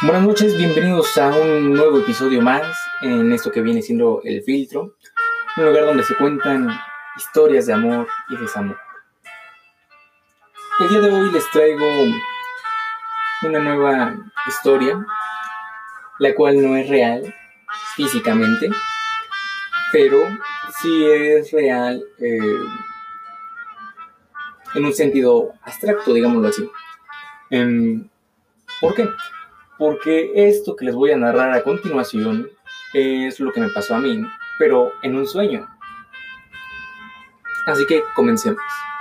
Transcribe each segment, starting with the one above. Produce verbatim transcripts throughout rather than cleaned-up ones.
Buenas noches, bienvenidos a un nuevo episodio más en esto que viene siendo El Filtro, un lugar donde se cuentan historias de amor y desamor. El día de hoy les traigo una nueva historia, la cual no es real físicamente, pero sí es real eh, en un sentido abstracto, digámoslo así. Eh, ¿Por qué? Porque esto que les voy a narrar a continuación es lo que me pasó a mí, pero en un sueño. Así que comencemos.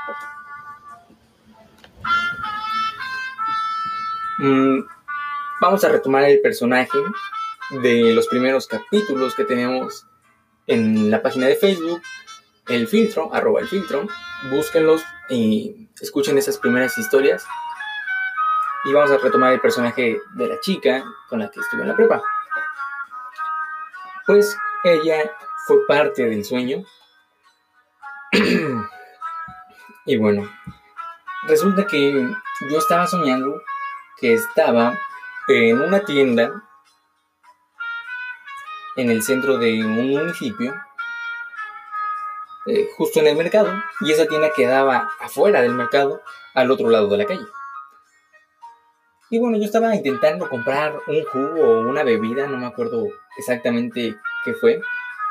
Mm, vamos a retomar el personaje de los primeros capítulos que tenemos en la página de Facebook, El Filtro, arroba El Filtro. Búsquenlos y escuchen esas primeras historias. Y vamos a retomar el personaje de la chica con la que estuve en la prepa. Pues ella fue parte del sueño. Y bueno, resulta que yo estaba soñando que estaba en una tienda en el centro de un municipio, eh, justo en el mercado, y esa tienda quedaba afuera del mercado, al otro lado de la calle. Y bueno, yo estaba intentando comprar un jugo o una bebida, no me acuerdo exactamente qué fue,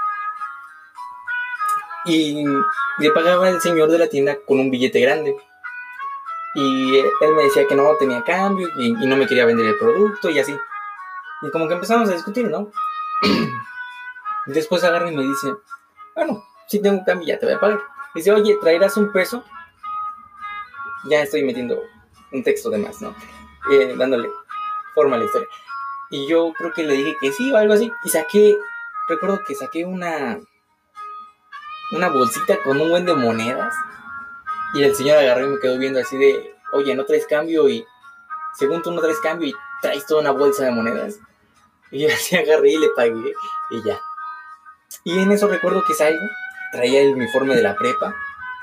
y le pagaba el señor de la tienda con un billete grande. Y él me decía que no tenía cambio y, y no me quería vender el producto y así. Y como que empezamos a discutir, ¿no? Después agarra y me dice, bueno, si tengo cambio ya te voy a pagar. Dice, oye, ¿traerás un peso? Ya estoy metiendo un texto de más, ¿no? Eh, dándole forma a la historia. Y yo creo que le dije que sí o algo así. Y saqué, recuerdo que saqué una, una bolsita con un buen de monedas. Y el señor agarró y me quedó viendo así de, oye, ¿no traes cambio? Y según tú no traes cambio y traes toda una bolsa de monedas. Y yo así agarré y le pagué y ya. Y en eso recuerdo que salgo, traía el uniforme de la prepa.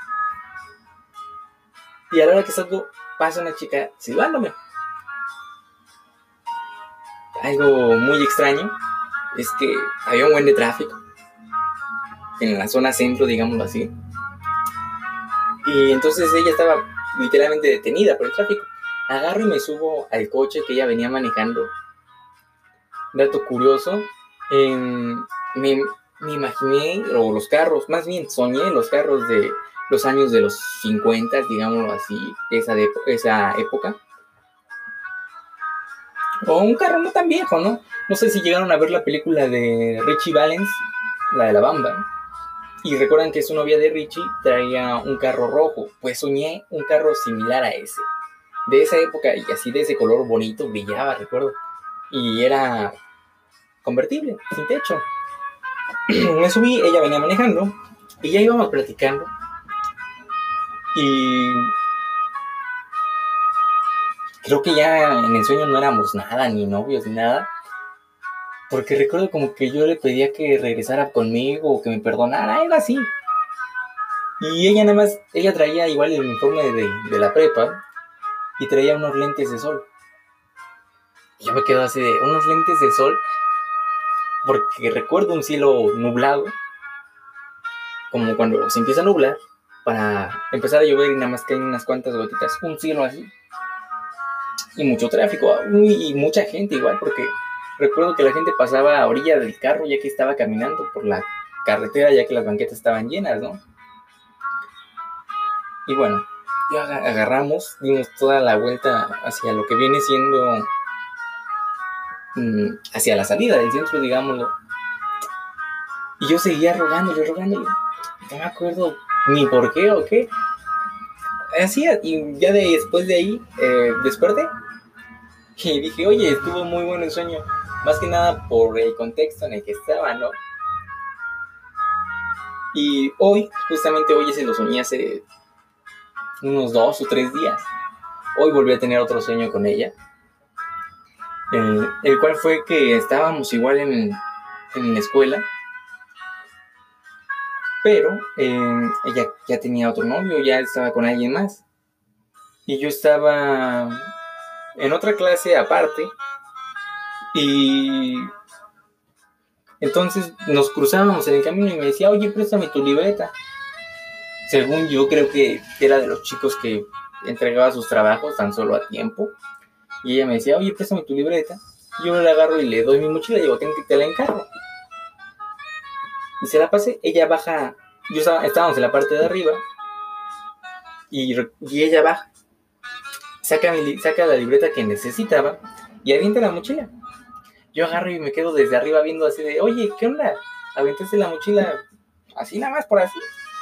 Y a la hora que salgo, pasa una chica silbándome. Algo muy extraño es que había un buen de tráfico en la zona centro, digámoslo así. Y entonces ella estaba literalmente detenida por el tráfico. Agarro y me subo al coche que ella venía manejando. Dato curioso, eh, me, me imaginé, o los carros, más bien soñé los carros de los años de los cincuenta, digámoslo así, esa, de, esa época. O un carro no tan viejo, ¿no? No sé si llegaron a ver la película de Richie Valens, la de La Bamba, y recuerdan que su novia de Richie traía un carro rojo. Pues soñé un carro similar a ese, de esa época, y así de ese color bonito, brillaba, recuerdo. Y era convertible, sin techo. Me subí, ella venía manejando, y ya íbamos platicando. Y creo que ya en el sueño no éramos nada, ni novios, ni nada. Porque recuerdo como que yo le pedía que regresara conmigo, o que me perdonara, algo así. Y ella nada más, ella traía igual el uniforme de, de la prepa, y traía unos lentes de sol. Y yo me quedo así de, unos lentes de sol, porque recuerdo un cielo nublado, como cuando se empieza a nublar, para empezar a llover y nada más caen unas cuantas gotitas, un cielo así. Y mucho tráfico, y mucha gente igual, porque recuerdo que la gente pasaba a orilla del carro ya que estaba caminando por la carretera, ya que las banquetas estaban llenas, ¿no? Y bueno, ya agarramos, dimos toda la vuelta hacia lo que viene siendo, mmm, hacia la salida del centro, digámoslo. Y yo seguía rogándole, rogándole. No me acuerdo ni por qué o qué. Así, y ya de, después de ahí, eh, desperté. Y dije, oye, estuvo muy bueno el sueño. Más que nada por el contexto en el que estaba, ¿no? Y hoy, justamente hoy se lo soñé hace unos dos o tres días. Hoy volví a tener otro sueño con ella. El, el cual fue que estábamos igual en, en la escuela. Pero eh, ella ya tenía otro novio, ya estaba con alguien más. Y yo estaba en otra clase aparte. Y entonces nos cruzábamos en el camino y me decía, oye, préstame tu libreta. Según yo, creo que era de los chicos que entregaba sus trabajos tan solo a tiempo. Y ella me decía, oye, préstame tu libreta. Y yo le agarro y le doy mi mochila y digo, ten que te la encargo. Y se la pasé, ella baja, yo estaba, estábamos en la parte de arriba. Y, y ella baja, saca, mi, saca la libreta que necesitaba y avienta la mochila. Yo agarro y me quedo desde arriba viendo así de, oye, ¿qué onda? Aventaste la mochila así nada más por así.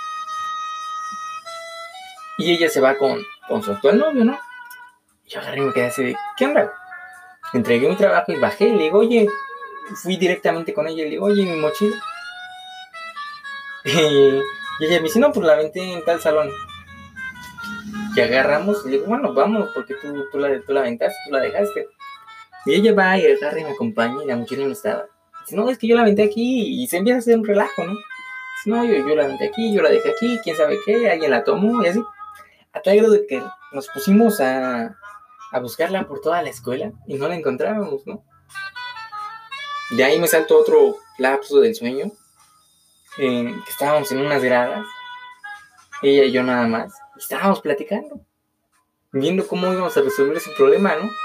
Y ella se va con, con su actual novio, ¿no? Yo agarré y me quedé así de, ¿qué onda? Entregué mi trabajo y bajé y le digo, oye, fui directamente con ella y le digo, oye, mi mochila. Y, y ella me dice, no, pues la aventé en tal salón. Y agarramos y le digo, bueno, vamos, porque tú, tú, la, tú la aventaste, tú la dejaste. Y ella va y agarra y me acompaña y la mochila no estaba. Dice, no, es que yo la aventé aquí y se empieza a hacer un relajo, ¿no? Dice, no, yo, yo la aventé aquí, yo la dejé aquí, quién sabe qué, alguien la tomó y así. A tal grado de que nos pusimos a, a buscarla por toda la escuela y no la encontrábamos, ¿no? De ahí me saltó otro lapso del sueño, eh, que estábamos en unas gradas, ella y yo nada más, y estábamos platicando, viendo cómo íbamos a resolver ese problema, ¿no?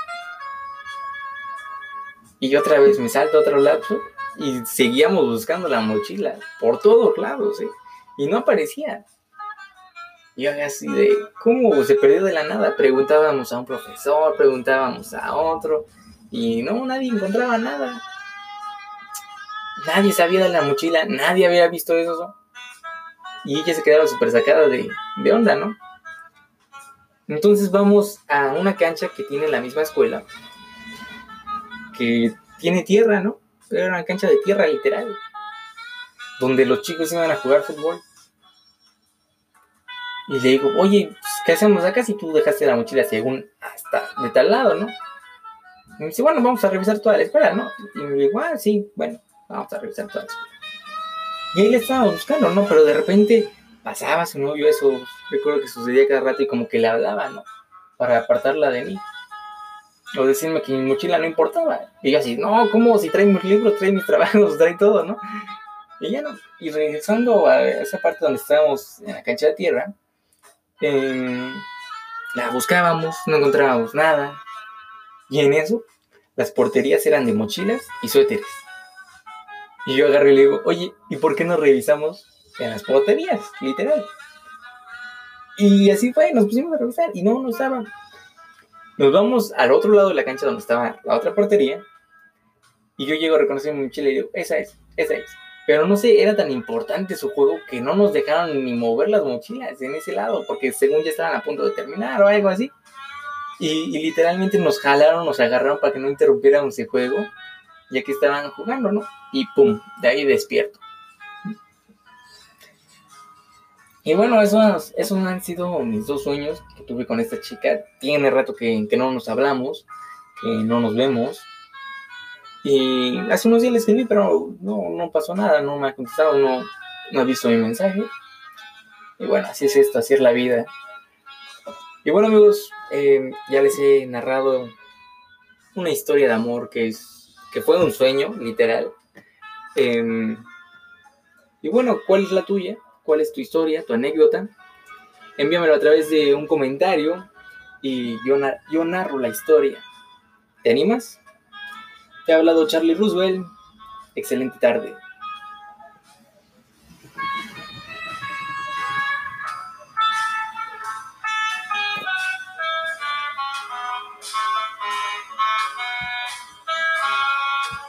Y otra vez me salta otro lapso y seguíamos buscando la mochila por todos lados, ¿eh? Y no aparecía. Y yo así de, ¿cómo se perdió de la nada? Preguntábamos a un profesor, preguntábamos a otro, y no, nadie encontraba nada. Nadie sabía de la mochila, nadie había visto eso. Y ella se quedaba súper sacada de, de onda, ¿no? Entonces vamos a una cancha que tiene la misma escuela, que tiene tierra, ¿no? Era una cancha de tierra literal, donde los chicos iban a jugar fútbol. Y le digo, oye, ¿qué hacemos acá si tú dejaste la mochila según hasta de tal lado, ¿no? Y me dice, bueno, vamos a revisar toda la escuela, ¿no? Y me digo, ah, sí, bueno, vamos a revisar toda la escuela. Y ahí le estábamos buscando, ¿no? Pero de repente pasaba su novio, eso recuerdo que sucedía cada rato y como que le hablaba, ¿no? Para apartarla de mí. O decirme que mi mochila no importaba. Y yo así, no, ¿cómo? Si trae mis libros, trae mis trabajos, trae todo, ¿no? Y ya no. Y regresando a esa parte donde estábamos en la cancha de tierra, eh, la buscábamos, no encontrábamos nada. Y en eso, las porterías eran de mochilas y suéteres. Y yo agarré y le digo, oye, ¿y por qué no revisamos en las porterías? Literal. Y así fue, nos pusimos a revisar y no, no estaban. Nos vamos al otro lado de la cancha donde estaba la otra portería. Y yo llego a reconocer mi mochila y digo, esa es, esa es. Pero no sé, era tan importante su juego que no nos dejaron ni mover las mochilas en ese lado, porque según ya estaban a punto de terminar o algo así. Y, y literalmente nos jalaron, nos agarraron para que no interrumpiéramos el juego, ya que estaban jugando, ¿no? Y pum, de ahí despierto. Y bueno, esos, esos han sido mis dos sueños que tuve con esta chica. Tiene rato que, que no nos hablamos, que no nos vemos. Y hace unos días le escribí, pero no, no pasó nada, no me ha contestado, no, no ha visto mi mensaje. Y bueno, así es esto, así es la vida. Y bueno, amigos, eh, ya les he narrado una historia de amor que, es, que fue un sueño, literal. Eh, y bueno, ¿cuál es la tuya? ¿Cuál es tu historia, tu anécdota? Envíamelo a través de un comentario y yo, yo narro la historia. ¿Te animas? Te ha hablado Charlie Roosevelt. Excelente tarde.